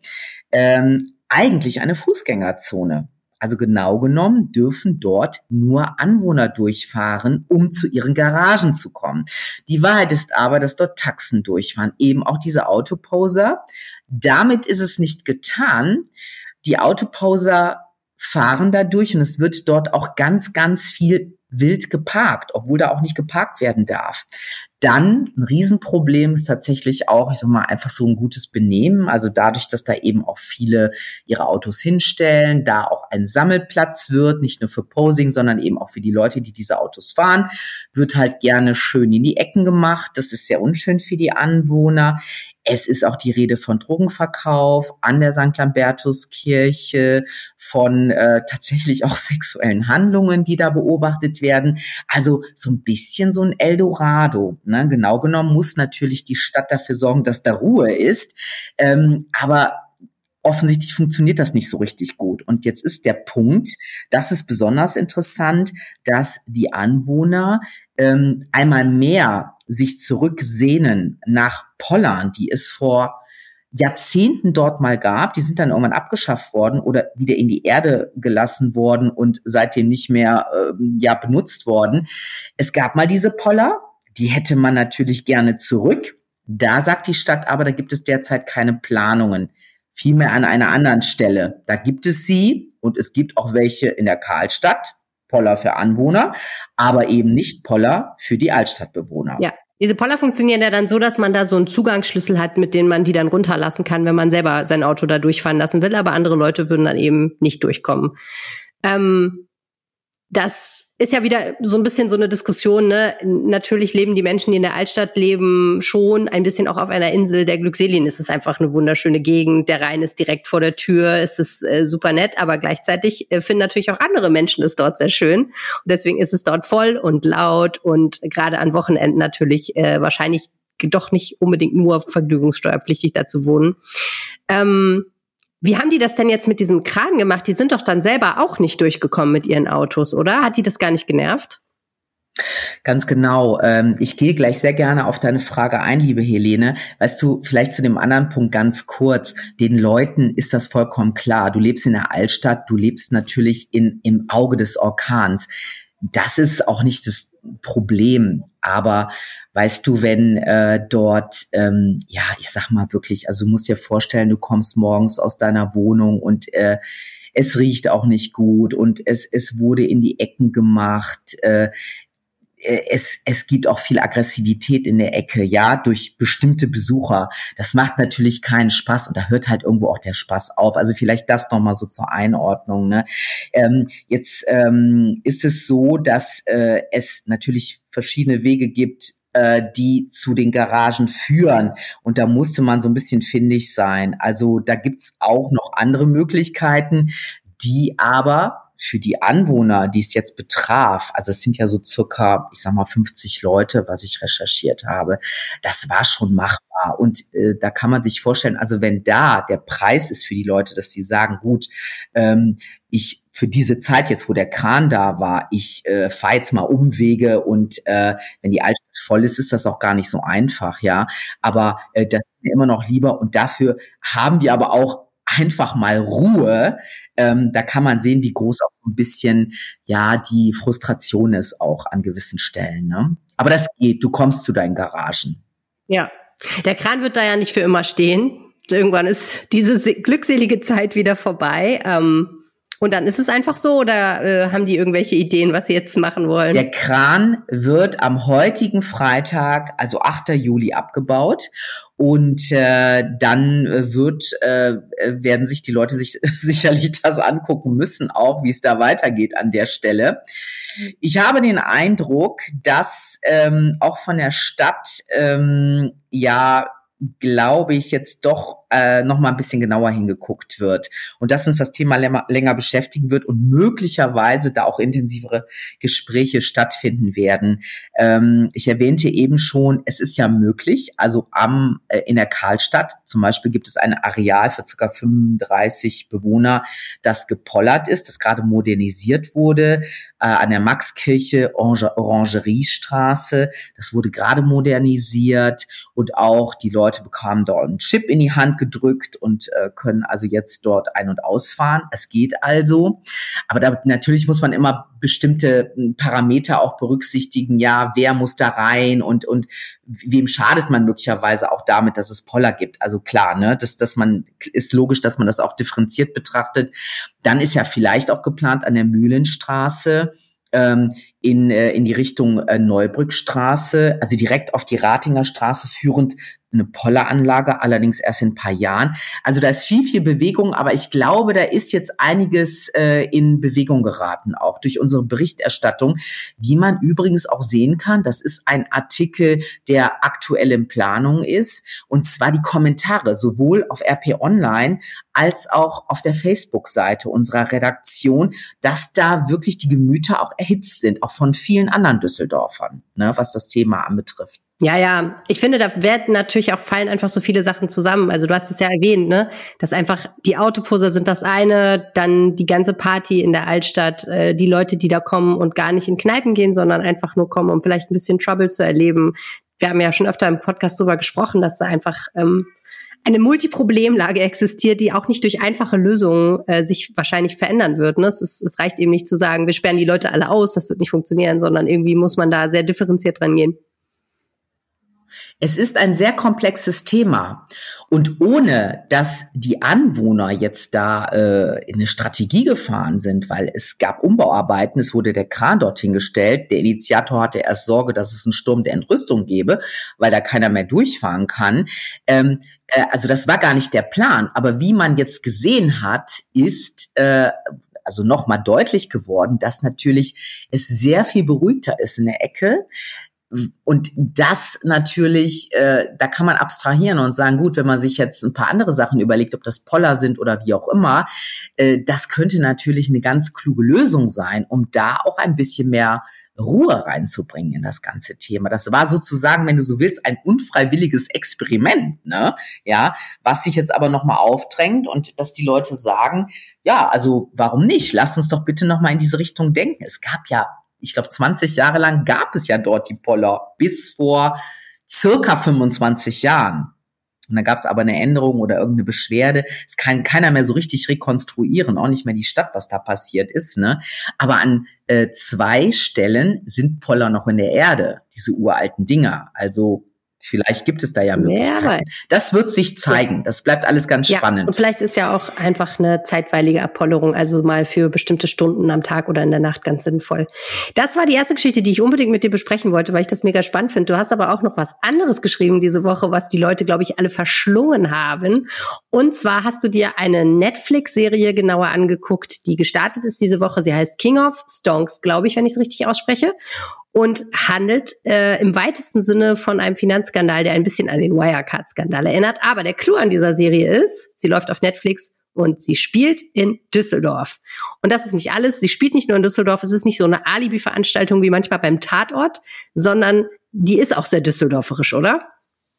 eigentlich eine Fußgängerzone. Also genau genommen dürfen dort nur Anwohner durchfahren, um zu ihren Garagen zu kommen. Die Wahrheit ist aber, dass dort Taxen durchfahren, eben auch diese Autoposer. Damit ist es nicht getan. Die Autoposer fahren da durch und es wird dort auch ganz, ganz viel wild geparkt, obwohl da auch nicht geparkt werden darf. Dann ein Riesenproblem ist tatsächlich auch, ich sag mal, einfach so ein gutes Benehmen. Also dadurch, dass da eben auch viele ihre Autos hinstellen, da auch ein Sammelplatz wird, nicht nur für Posing, sondern eben auch für die Leute, die diese Autos fahren, wird halt gerne schön in die Ecken gemacht. Das ist sehr unschön für die Anwohner. Es ist auch die Rede von Drogenverkauf an der St. Lambertuskirche, von tatsächlich auch sexuellen Handlungen, die da beobachtet werden. Also so ein bisschen so ein Eldorado. Ne? Genau genommen muss natürlich die Stadt dafür sorgen, dass da Ruhe ist. Aber offensichtlich funktioniert das nicht so richtig gut. Und jetzt ist der Punkt, das ist besonders interessant, dass die Anwohner einmal mehr sich zurücksehnen nach Pollern, die es vor Jahrzehnten dort mal gab. Die sind dann irgendwann abgeschafft worden oder wieder in die Erde gelassen worden und seitdem nicht mehr benutzt worden. Es gab mal diese Poller, die hätte man natürlich gerne zurück. Da sagt die Stadt aber, da gibt es derzeit keine Planungen. Vielmehr an einer anderen Stelle. Da gibt es sie und es gibt auch welche in der Karlstadt, Poller für Anwohner, aber eben nicht Poller für die Altstadtbewohner. Ja, diese Poller funktionieren ja dann so, dass man da so einen Zugangsschlüssel hat, mit dem man die dann runterlassen kann, wenn man selber sein Auto da durchfahren lassen will, aber andere Leute würden dann eben nicht durchkommen. Das ist ja wieder so ein bisschen so eine Diskussion, ne? Natürlich leben die Menschen, die in der Altstadt leben, schon ein bisschen auch auf einer Insel der Glückseligen. Es ist einfach eine wunderschöne Gegend. Der Rhein ist direkt vor der Tür. Es ist super nett, aber gleichzeitig finden natürlich auch andere Menschen es dort sehr schön. Und deswegen ist es dort voll und laut und gerade an Wochenenden natürlich wahrscheinlich doch nicht unbedingt nur vergnügungssteuerpflichtig da zu wohnen. Wie haben die das denn jetzt mit diesem Kran gemacht? Die sind doch dann selber auch nicht durchgekommen mit ihren Autos, oder? Hat die das gar nicht genervt? Ganz genau. Ich gehe gleich sehr gerne auf deine Frage ein, liebe Helene. Weißt du, vielleicht zu dem anderen Punkt ganz kurz. Den Leuten ist das vollkommen klar. Du lebst in der Altstadt, du lebst natürlich im Auge des Orkans. Das ist auch nicht das Problem. Aber weißt du, wenn dort, ich sag mal wirklich, also du musst dir vorstellen, du kommst morgens aus deiner Wohnung und es riecht auch nicht gut und es wurde in die Ecken gemacht. es gibt auch viel Aggressivität in der Ecke, ja, durch bestimmte Besucher. Das macht natürlich keinen Spaß und da hört halt irgendwo auch der Spaß auf. Also vielleicht das nochmal so zur Einordnung, ne? Jetzt ist es so, dass es natürlich verschiedene Wege gibt, die zu den Garagen führen. Und da musste man so ein bisschen findig sein. Also da gibt's auch noch andere Möglichkeiten, die aber für die Anwohner, die es jetzt betraf, also es sind ja so circa, ich sag mal 50 Leute, was ich recherchiert habe, das war schon machbar. Und da kann man sich vorstellen, also wenn da der Preis ist für die Leute, dass sie sagen, gut, ich für diese Zeit jetzt, wo der Kran da war, ich fahre jetzt mal Umwege und wenn die Altstadt voll ist, ist das auch gar nicht so einfach, ja. Aber das ist mir immer noch lieber und dafür haben wir aber auch einfach mal Ruhe. Da kann man sehen, wie groß auch so ein bisschen ja die Frustration ist auch an gewissen Stellen. Ne? Aber das geht, du kommst zu deinen Garagen. Ja, der Kran wird da ja nicht für immer stehen. Irgendwann ist diese glückselige Zeit wieder vorbei. Und dann ist es einfach so oder haben die irgendwelche Ideen, was sie jetzt machen wollen? Der Kran wird am heutigen Freitag, also 8. Juli, abgebaut. Und dann werden sich die Leute sicherlich das angucken müssen, auch wie es da weitergeht an der Stelle. Ich habe den Eindruck, dass auch von der Stadt glaube ich, jetzt doch noch mal ein bisschen genauer hingeguckt wird und dass uns das Thema länger beschäftigen wird und möglicherweise da auch intensivere Gespräche stattfinden werden. Ich erwähnte eben schon, es ist ja möglich, also in der Karlstadt zum Beispiel gibt es ein Areal für ca. 35 Bewohner, das gepollert ist, das gerade modernisiert wurde, an der Maxkirche, Orangeriestraße, das wurde gerade modernisiert und auch die Leute bekamen dort einen Chip in die Hand gedrückt und können also jetzt dort ein- und ausfahren. Es geht also. Aber natürlich muss man immer bestimmte Parameter auch berücksichtigen. Ja, wer muss da rein und wem schadet man möglicherweise auch damit, dass es Poller gibt? Also klar, ne, ist logisch, dass man das auch differenziert betrachtet. Dann ist ja vielleicht auch geplant an der Mühlenstraße in die Richtung Neubrückstraße, also direkt auf die Ratinger Straße führend, eine Polleranlage, allerdings erst in ein paar Jahren. Also da ist viel Bewegung, aber ich glaube, da ist jetzt einiges in Bewegung geraten, auch durch unsere Berichterstattung, wie man übrigens auch sehen kann. Das ist ein Artikel, der aktuell in Planung ist, und zwar die Kommentare, sowohl auf RP Online als auch auf der Facebook-Seite unserer Redaktion, dass da wirklich die Gemüter auch erhitzt sind, auch von vielen anderen Düsseldorfern, ne, was das Thema anbetrifft. Ja, ich finde, da werden natürlich auch fallen einfach so viele Sachen zusammen. Also du hast es ja erwähnt, ne, dass einfach die Autoposer sind das eine, dann die ganze Party in der Altstadt, die Leute, die da kommen und gar nicht in Kneipen gehen, sondern einfach nur kommen, um vielleicht ein bisschen Trouble zu erleben. Wir haben ja schon öfter im Podcast darüber gesprochen, dass da einfach eine Multiproblemlage existiert, die auch nicht durch einfache Lösungen sich wahrscheinlich verändern wird. Ne? Es reicht eben nicht zu sagen, wir sperren die Leute alle aus, das wird nicht funktionieren, sondern irgendwie muss man da sehr differenziert dran gehen. Es ist ein sehr komplexes Thema. Und ohne, dass die Anwohner jetzt da in eine Strategie gefahren sind, weil es gab Umbauarbeiten, es wurde der Kran dorthin gestellt, der Initiator hatte erst Sorge, dass es einen Sturm der Entrüstung gäbe, weil da keiner mehr durchfahren kann. Also das war gar nicht der Plan. Aber wie man jetzt gesehen hat, ist also nochmal deutlich geworden, dass natürlich es sehr viel beruhigter ist in der Ecke. Und das natürlich, da kann man abstrahieren und sagen, gut, wenn man sich jetzt ein paar andere Sachen überlegt, ob das Poller sind oder wie auch immer, das könnte natürlich eine ganz kluge Lösung sein, um da auch ein bisschen mehr Ruhe reinzubringen in das ganze Thema. Das war sozusagen, wenn du so willst, ein unfreiwilliges Experiment, ne? Ja, was sich jetzt aber nochmal aufdrängt und dass die Leute sagen, ja, also warum nicht? Lasst uns doch bitte nochmal in diese Richtung denken. Es gab ja, ich glaube, 20 Jahre lang gab es ja dort die Poller, bis vor circa 25 Jahren. Und dann gab es aber eine Änderung oder irgendeine Beschwerde. Es kann keiner mehr so richtig rekonstruieren, auch nicht mehr die Stadt, was da passiert ist, ne? Aber an 2 Stellen sind Poller noch in der Erde, diese uralten Dinger. Also Vielleicht gibt es da ja Möglichkeiten. Das wird sich zeigen. Das bleibt alles ganz spannend. Und vielleicht ist ja auch einfach eine zeitweilige Abpollerung, also mal für bestimmte Stunden am Tag oder in der Nacht ganz sinnvoll. Das war die erste Geschichte, die ich unbedingt mit dir besprechen wollte, weil ich das mega spannend finde. Du hast aber auch noch was anderes geschrieben diese Woche, was die Leute, glaube ich, alle verschlungen haben. Und zwar hast du dir eine Netflix-Serie genauer angeguckt, die gestartet ist diese Woche. Sie heißt King of Stonks, glaube ich, wenn ich es richtig ausspreche. Und handelt im weitesten Sinne von einem Finanzskandal, der ein bisschen an den Wirecard-Skandal erinnert. Aber der Clou an dieser Serie ist, sie läuft auf Netflix und sie spielt in Düsseldorf. Und das ist nicht alles. Sie spielt nicht nur in Düsseldorf. Es ist nicht so eine Alibi-Veranstaltung wie manchmal beim Tatort, sondern die ist auch sehr düsseldorferisch, oder?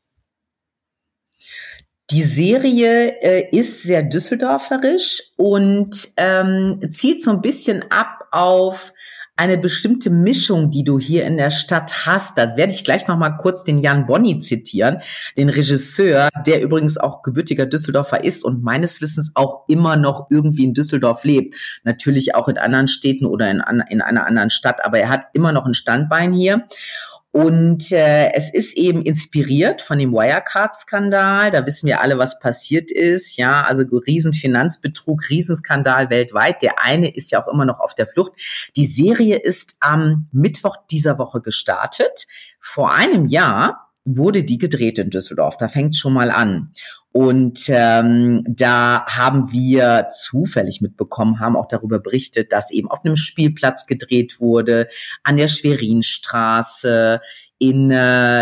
Die Serie ist sehr düsseldorferisch und zielt so ein bisschen ab auf eine bestimmte Mischung, die du hier in der Stadt hast. Da werde ich gleich noch mal kurz den Jan Bonny zitieren, den Regisseur, der übrigens auch gebürtiger Düsseldorfer ist und meines Wissens auch immer noch irgendwie in Düsseldorf lebt. Natürlich auch in anderen Städten oder in einer anderen Stadt, aber er hat immer noch ein Standbein hier. Und es ist eben inspiriert von dem Wirecard-Skandal. Da wissen wir alle, was passiert ist. Ja, also Riesenfinanzbetrug, Riesenskandal weltweit. Der eine ist ja auch immer noch auf der Flucht. Die Serie ist am Mittwoch dieser Woche gestartet. Vor einem Jahr wurde die gedreht in Düsseldorf. Da fängt schon mal an. Und da haben wir zufällig mitbekommen, haben auch darüber berichtet, dass eben auf einem Spielplatz gedreht wurde, an der Schwerinstraße, in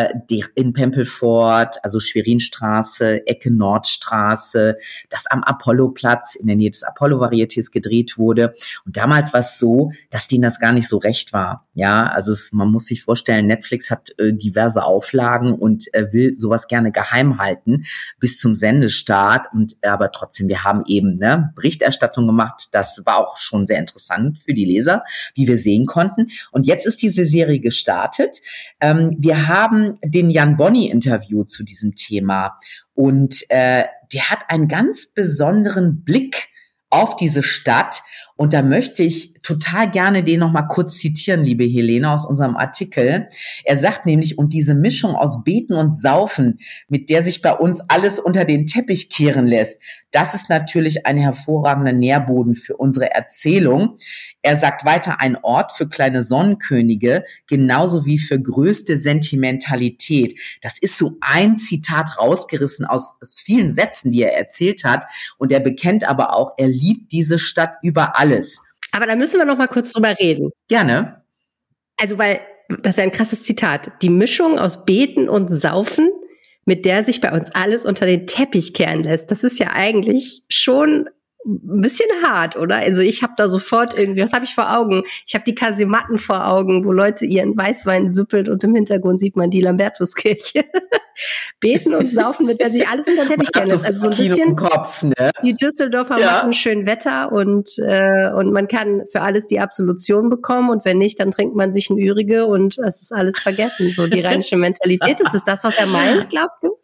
Pempelfort, also Schwerinstraße, Ecke Nordstraße, das am Apolloplatz in der Nähe des Apollo-Varietés gedreht wurde. Und damals war es so, dass denen das gar nicht so recht war. Ja, also man muss sich vorstellen, Netflix hat diverse Auflagen und will sowas gerne geheim halten bis zum Sendestart. Aber trotzdem, wir haben eben Berichterstattung gemacht. Das war auch schon sehr interessant für die Leser, wie wir sehen konnten. Und jetzt ist diese Serie gestartet. Wir haben den Jan Bonny interviewt zu diesem Thema und der hat einen ganz besonderen Blick auf diese Stadt und da möchte ich total gerne den noch mal kurz zitieren, liebe Helene, aus unserem Artikel. Er sagt nämlich, und diese Mischung aus Beten und Saufen, mit der sich bei uns alles unter den Teppich kehren lässt, das ist natürlich ein hervorragender Nährboden für unsere Erzählung. Er sagt weiter, ein Ort für kleine Sonnenkönige, genauso wie für größte Sentimentalität. Das ist so ein Zitat rausgerissen aus vielen Sätzen, die er erzählt hat. Und er bekennt aber auch, er liebt diese Stadt über alles. Aber da müssen wir noch mal kurz drüber reden. Gerne. Also, weil das ist ja ein krasses Zitat. Die Mischung aus Beten und Saufen, mit der sich bei uns alles unter den Teppich kehren lässt, das ist ja eigentlich schon ein bisschen hart, oder? Also ich habe da sofort irgendwie, was habe ich vor Augen? Ich habe die Kasematten vor Augen, wo Leute ihren Weißwein süppeln und im Hintergrund sieht man die Lambertuskirche. Beten und saufen, mit der sich alles unter den Teppich kehren lässt. Also so ein bisschen Kopf, ne? Die Düsseldorfer machen schön Wetter und man kann für alles die Absolution bekommen und wenn nicht, dann trinkt man sich ein Ürige und es ist alles vergessen. So die rheinische Mentalität, ist es das, was er meint, glaubst du?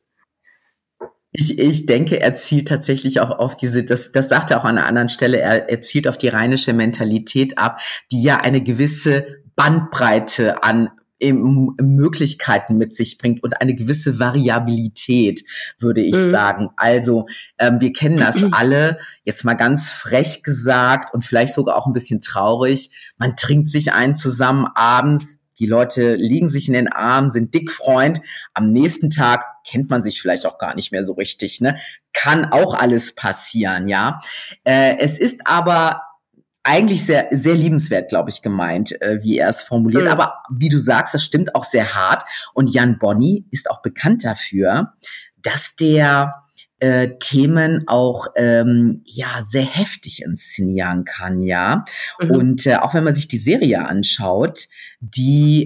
Ich denke, er zielt tatsächlich auch auf diese, das sagt er auch an einer anderen Stelle, er zielt auf die rheinische Mentalität ab, die ja eine gewisse Bandbreite an Möglichkeiten mit sich bringt und eine gewisse Variabilität, würde ich sagen. Also wir kennen das alle, jetzt mal ganz frech gesagt und vielleicht sogar auch ein bisschen traurig, man trinkt sich einen zusammen abends, die Leute liegen sich in den Armen, sind dickfreund. Am nächsten Tag kennt man sich vielleicht auch gar nicht mehr so richtig, ne? Kann auch alles passieren, ja. Es ist aber eigentlich sehr, sehr liebenswert, glaube ich, gemeint, wie er es formuliert. Aber wie du sagst, das stimmt auch sehr hart. Und Jan Bonny ist auch bekannt dafür, dass der Themen auch sehr heftig inszenieren kann, ja. Und auch wenn man sich die Serie anschaut, die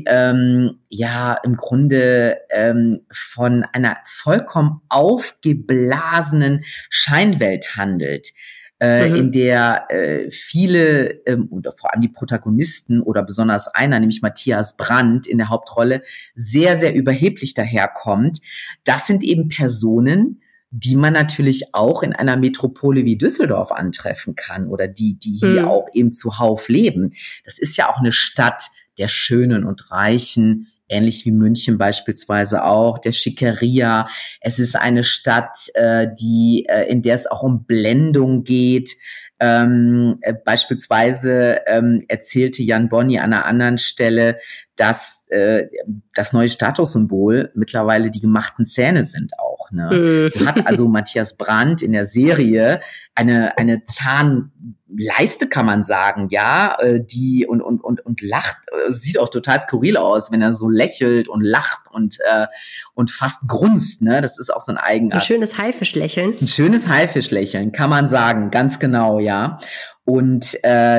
im Grunde von einer vollkommen aufgeblasenen Scheinwelt handelt, in der viele oder vor allem die Protagonisten oder besonders einer, nämlich Matthias Brandt in der Hauptrolle, sehr, sehr überheblich daherkommt. Das sind eben Personen, die man natürlich auch in einer Metropole wie Düsseldorf antreffen kann oder die hier auch eben zuhauf leben. Das ist ja auch eine Stadt der Schönen und Reichen ähnlich wie München beispielsweise auch, der Schickeria. Es ist eine Stadt, in der es auch um Blendung geht. Beispielsweise erzählte Jan Bonny an einer anderen Stelle, dass das neue Statussymbol mittlerweile die gemachten Zähne sind auch. Ne? So hat also Matthias Brandt in der Serie eine Zahnleiste, kann man sagen, ja, die und lacht, sieht auch total skurril aus, wenn er so lächelt und lacht und fast grunzt. Ne? Das ist auch so ein Eigenart. Ein schönes Haifischlächeln. Ein schönes Haifischlächeln, kann man sagen, ganz genau, ja. Und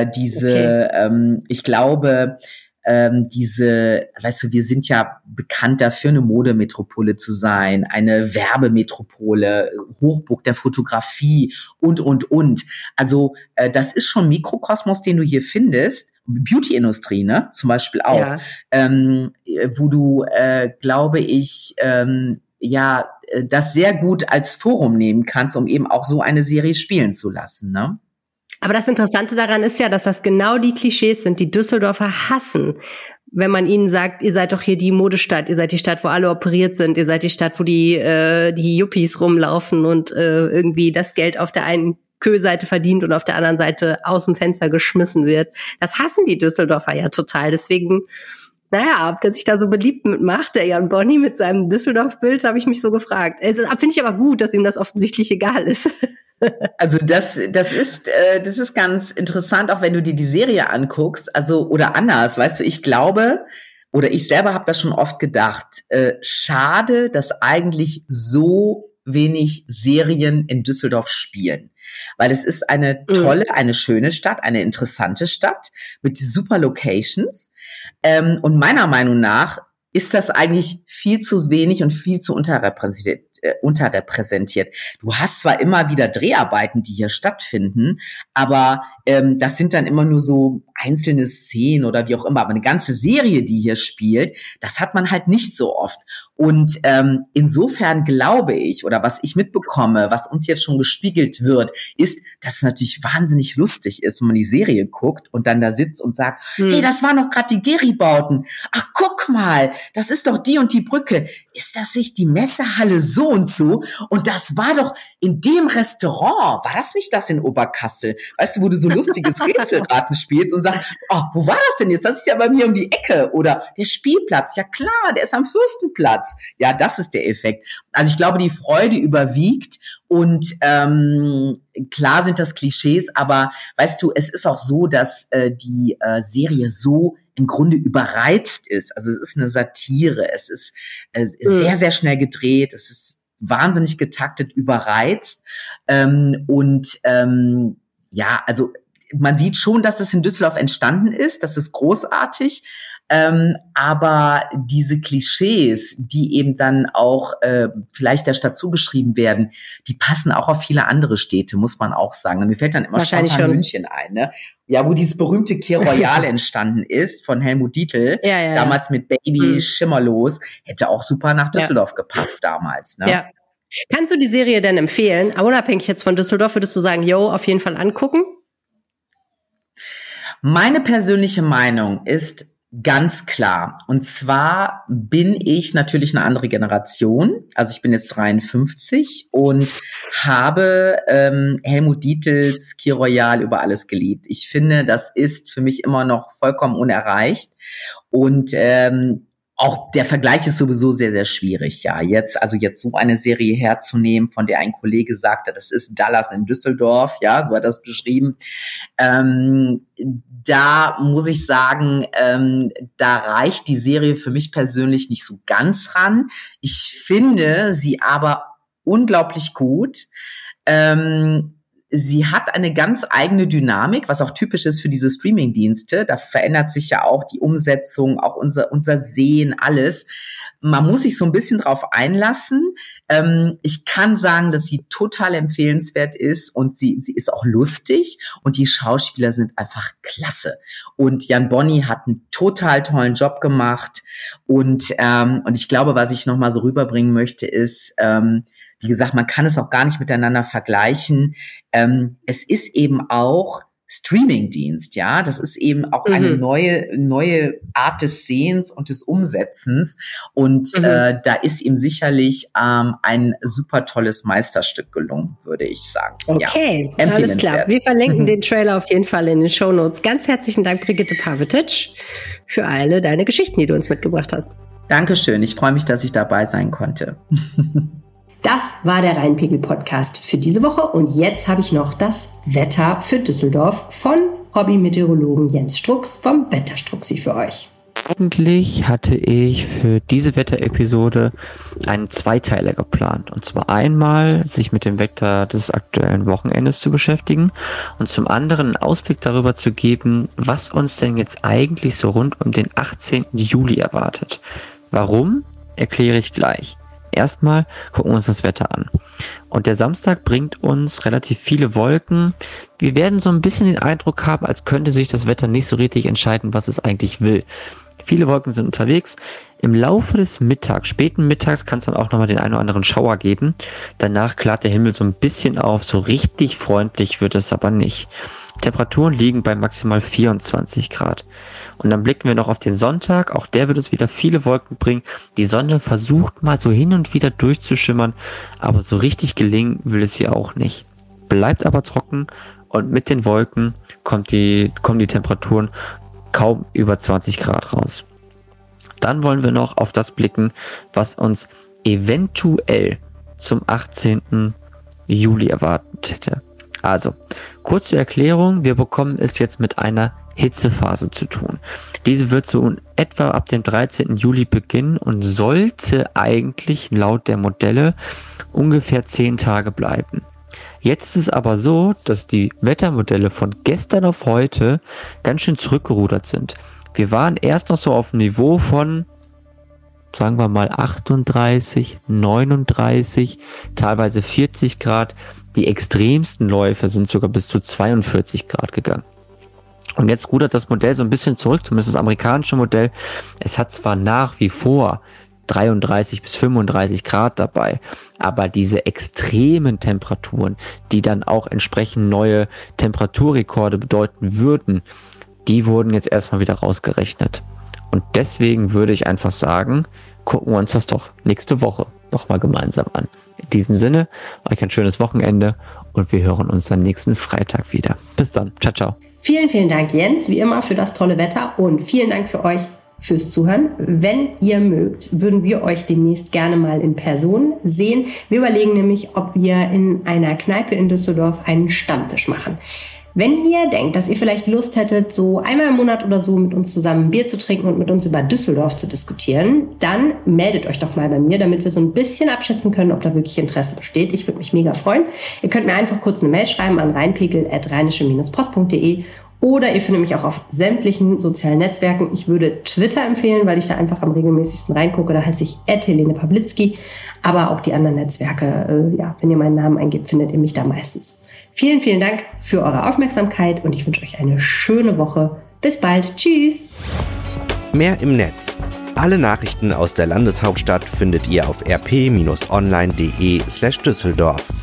ich glaube, weißt du, wir sind ja bekannt dafür, eine Modemetropole zu sein, eine Werbemetropole, Hochburg der Fotografie und. Also das ist schon Mikrokosmos, den du hier findest. Beauty-Industrie, ne, zum Beispiel auch, ja. Wo du, glaube ich, das sehr gut als Forum nehmen kannst, um eben auch so eine Serie spielen zu lassen, ne? Aber das Interessante daran ist ja, dass das genau die Klischees sind, die Düsseldorfer hassen. Wenn man ihnen sagt, ihr seid doch hier die Modestadt, ihr seid die Stadt, wo alle operiert sind, ihr seid die Stadt, wo die Yuppies rumlaufen und irgendwie das Geld auf der einen Kö-Seite verdient und auf der anderen Seite aus dem Fenster geschmissen wird. Das hassen die Düsseldorfer ja total. Deswegen, ob der sich da so beliebt mitmacht, der Jan Bonny mit seinem Düsseldorf-Bild, habe ich mich so gefragt. Finde ich aber gut, dass ihm das offensichtlich egal ist. Also das ist ganz interessant, auch wenn du dir die Serie anguckst, also oder anders, weißt du, ich glaube, oder ich selber habe das schon oft gedacht, schade, dass eigentlich so wenig Serien in Düsseldorf spielen, weil es ist eine tolle, eine schöne Stadt, eine interessante Stadt mit super Locations, und meiner Meinung nach ist das eigentlich viel zu wenig und viel zu unterrepräsentiert. Du hast zwar immer wieder Dreharbeiten, die hier stattfinden, aber das sind dann immer nur so einzelne Szenen oder wie auch immer. Aber eine ganze Serie, die hier spielt, das hat man halt nicht so oft. Und insofern glaube ich, oder was ich mitbekomme, was uns jetzt schon gespiegelt wird, ist, dass es natürlich wahnsinnig lustig ist, wenn man die Serie guckt und dann da sitzt und sagt, hey, das waren doch gerade die Geribauten. Ach, guck mal, das ist doch die und die Brücke. Ist das nicht die Messehalle so und so? Und das war doch in dem Restaurant. War das nicht das in Oberkassel? Weißt du, wo du so lustiges Rätselraten spielst und sagst, oh, wo war das denn jetzt? Das ist ja bei mir um die Ecke. Oder der Spielplatz. Ja klar, der ist am Fürstenplatz. Ja, das ist der Effekt. Also ich glaube, die Freude überwiegt und klar sind das Klischees, aber weißt du, es ist auch so, dass die Serie so im Grunde überreizt ist. Also es ist eine Satire, es ist sehr, sehr schnell gedreht, es ist wahnsinnig getaktet, überreizt also man sieht schon, dass es in Düsseldorf entstanden ist, das ist großartig, aber diese Klischees, die eben dann auch vielleicht der Stadt zugeschrieben werden, die passen auch auf viele andere Städte, muss man auch sagen. Und mir fällt dann immer spontan München ein, ne? Ja, wo dieses berühmte Kir Royal entstanden ist von Helmut Dietl, damals mit Baby Schimmerlos, hätte auch super nach Düsseldorf gepasst damals, ne? Ja. Kannst du die Serie denn empfehlen? Unabhängig jetzt von Düsseldorf, würdest du sagen, auf jeden Fall angucken? Meine persönliche Meinung ist ganz klar. Und zwar bin ich natürlich eine andere Generation. Also ich bin jetzt 53 und habe Helmut Dietls Kir Royal über alles geliebt. Ich finde, das ist für mich immer noch vollkommen unerreicht. Und auch der Vergleich ist sowieso sehr, sehr schwierig, ja. Jetzt so eine Serie herzunehmen, von der ein Kollege sagte, das ist Dallas in Düsseldorf, ja, so hat er das beschrieben. Da muss ich sagen, da reicht die Serie für mich persönlich nicht so ganz ran. Ich finde sie aber unglaublich gut. Sie hat eine ganz eigene Dynamik, was auch typisch ist für diese Streaming-Dienste. Da verändert sich ja auch die Umsetzung, auch unser Sehen, alles. Man muss sich so ein bisschen drauf einlassen. Ich kann sagen, dass sie total empfehlenswert ist und sie ist auch lustig und die Schauspieler sind einfach klasse. Und Jan Bonny hat einen total tollen Job gemacht und ich glaube, was ich noch mal so rüberbringen möchte, ist, wie gesagt, man kann es auch gar nicht miteinander vergleichen. Es ist eben auch Streaming-Dienst, ja. Das ist eben auch eine neue Art des Sehens und des Umsetzens. Und da ist ihm sicherlich ein super tolles Meisterstück gelungen, würde ich sagen. Okay, ja, alles klar. Wir verlinken den Trailer auf jeden Fall in den Shownotes. Ganz herzlichen Dank, Brigitte Pavetic, für alle deine Geschichten, die du uns mitgebracht hast. Dankeschön. Ich freue mich, dass ich dabei sein konnte. Das war der Rheinpegel-Podcast für diese Woche und jetzt habe ich noch das Wetter für Düsseldorf von Hobby-Meteorologen Jens Strux vom Wetterstruxi für euch. Eigentlich hatte ich für diese Wetterepisode einen Zweiteiler geplant. Und zwar einmal sich mit dem Wetter des aktuellen Wochenendes zu beschäftigen und zum anderen einen Ausblick darüber zu geben, was uns denn jetzt eigentlich so rund um den 18. Juli erwartet. Warum? Erkläre ich gleich. Erstmal gucken wir uns das Wetter an. Und der Samstag bringt uns relativ viele Wolken. Wir werden so ein bisschen den Eindruck haben, als könnte sich das Wetter nicht so richtig entscheiden, was es eigentlich will. Viele Wolken sind unterwegs. Im Laufe des Mittags, späten Mittags, kann es dann auch nochmal den einen oder anderen Schauer geben. Danach klart der Himmel so ein bisschen auf. So richtig freundlich wird es aber nicht. Temperaturen liegen bei maximal 24 Grad. Und dann blicken wir noch auf den Sonntag. Auch der wird uns wieder viele Wolken bringen. Die Sonne versucht mal so hin und wieder durchzuschimmern, aber so richtig gelingen will es hier auch nicht. Bleibt aber trocken und mit den Wolken kommen die Temperaturen kaum über 20 Grad raus. Dann wollen wir noch auf das blicken, was uns eventuell zum 18. Juli erwartet hätte. Also, kurze Erklärung, wir bekommen es jetzt mit einer Hitzephase zu tun. Diese wird so in etwa ab dem 13. Juli beginnen und sollte eigentlich laut der Modelle ungefähr 10 Tage bleiben. Jetzt ist es aber so, dass die Wettermodelle von gestern auf heute ganz schön zurückgerudert sind. Wir waren erst noch so auf dem Niveau von, sagen wir mal 38, 39, teilweise 40 Grad. Die extremsten Läufe sind sogar bis zu 42 Grad gegangen. Und jetzt rudert das Modell so ein bisschen zurück, zumindest das amerikanische Modell. Es hat zwar nach wie vor 33 bis 35 Grad dabei, aber diese extremen Temperaturen, die dann auch entsprechend neue Temperaturrekorde bedeuten würden, die wurden jetzt erstmal wieder rausgerechnet. Und deswegen würde ich einfach sagen, gucken wir uns das doch nächste Woche nochmal gemeinsam an. In diesem Sinne, euch ein schönes Wochenende und wir hören uns dann nächsten Freitag wieder. Bis dann. Ciao, ciao. Vielen, vielen Dank, Jens, wie immer für das tolle Wetter und vielen Dank für euch fürs Zuhören. Wenn ihr mögt, würden wir euch demnächst gerne mal in Person sehen. Wir überlegen nämlich, ob wir in einer Kneipe in Düsseldorf einen Stammtisch machen. Wenn ihr denkt, dass ihr vielleicht Lust hättet, so einmal im Monat oder so mit uns zusammen ein Bier zu trinken und mit uns über Düsseldorf zu diskutieren, dann meldet euch doch mal bei mir, damit wir so ein bisschen abschätzen können, ob da wirklich Interesse besteht. Ich würde mich mega freuen. Ihr könnt mir einfach kurz eine Mail schreiben an rheinpegel@rheinische-post.de oder ihr findet mich auch auf sämtlichen sozialen Netzwerken. Ich würde Twitter empfehlen, weil ich da einfach am regelmäßigsten reingucke. Da heiße ich @Helene Pawlitzki. Aber auch die anderen Netzwerke, wenn ihr meinen Namen eingebt, findet ihr mich da meistens. Vielen, vielen Dank für eure Aufmerksamkeit und ich wünsche euch eine schöne Woche. Bis bald. Tschüss. Mehr im Netz. Alle Nachrichten aus der Landeshauptstadt findet ihr auf rp-online.de/Düsseldorf.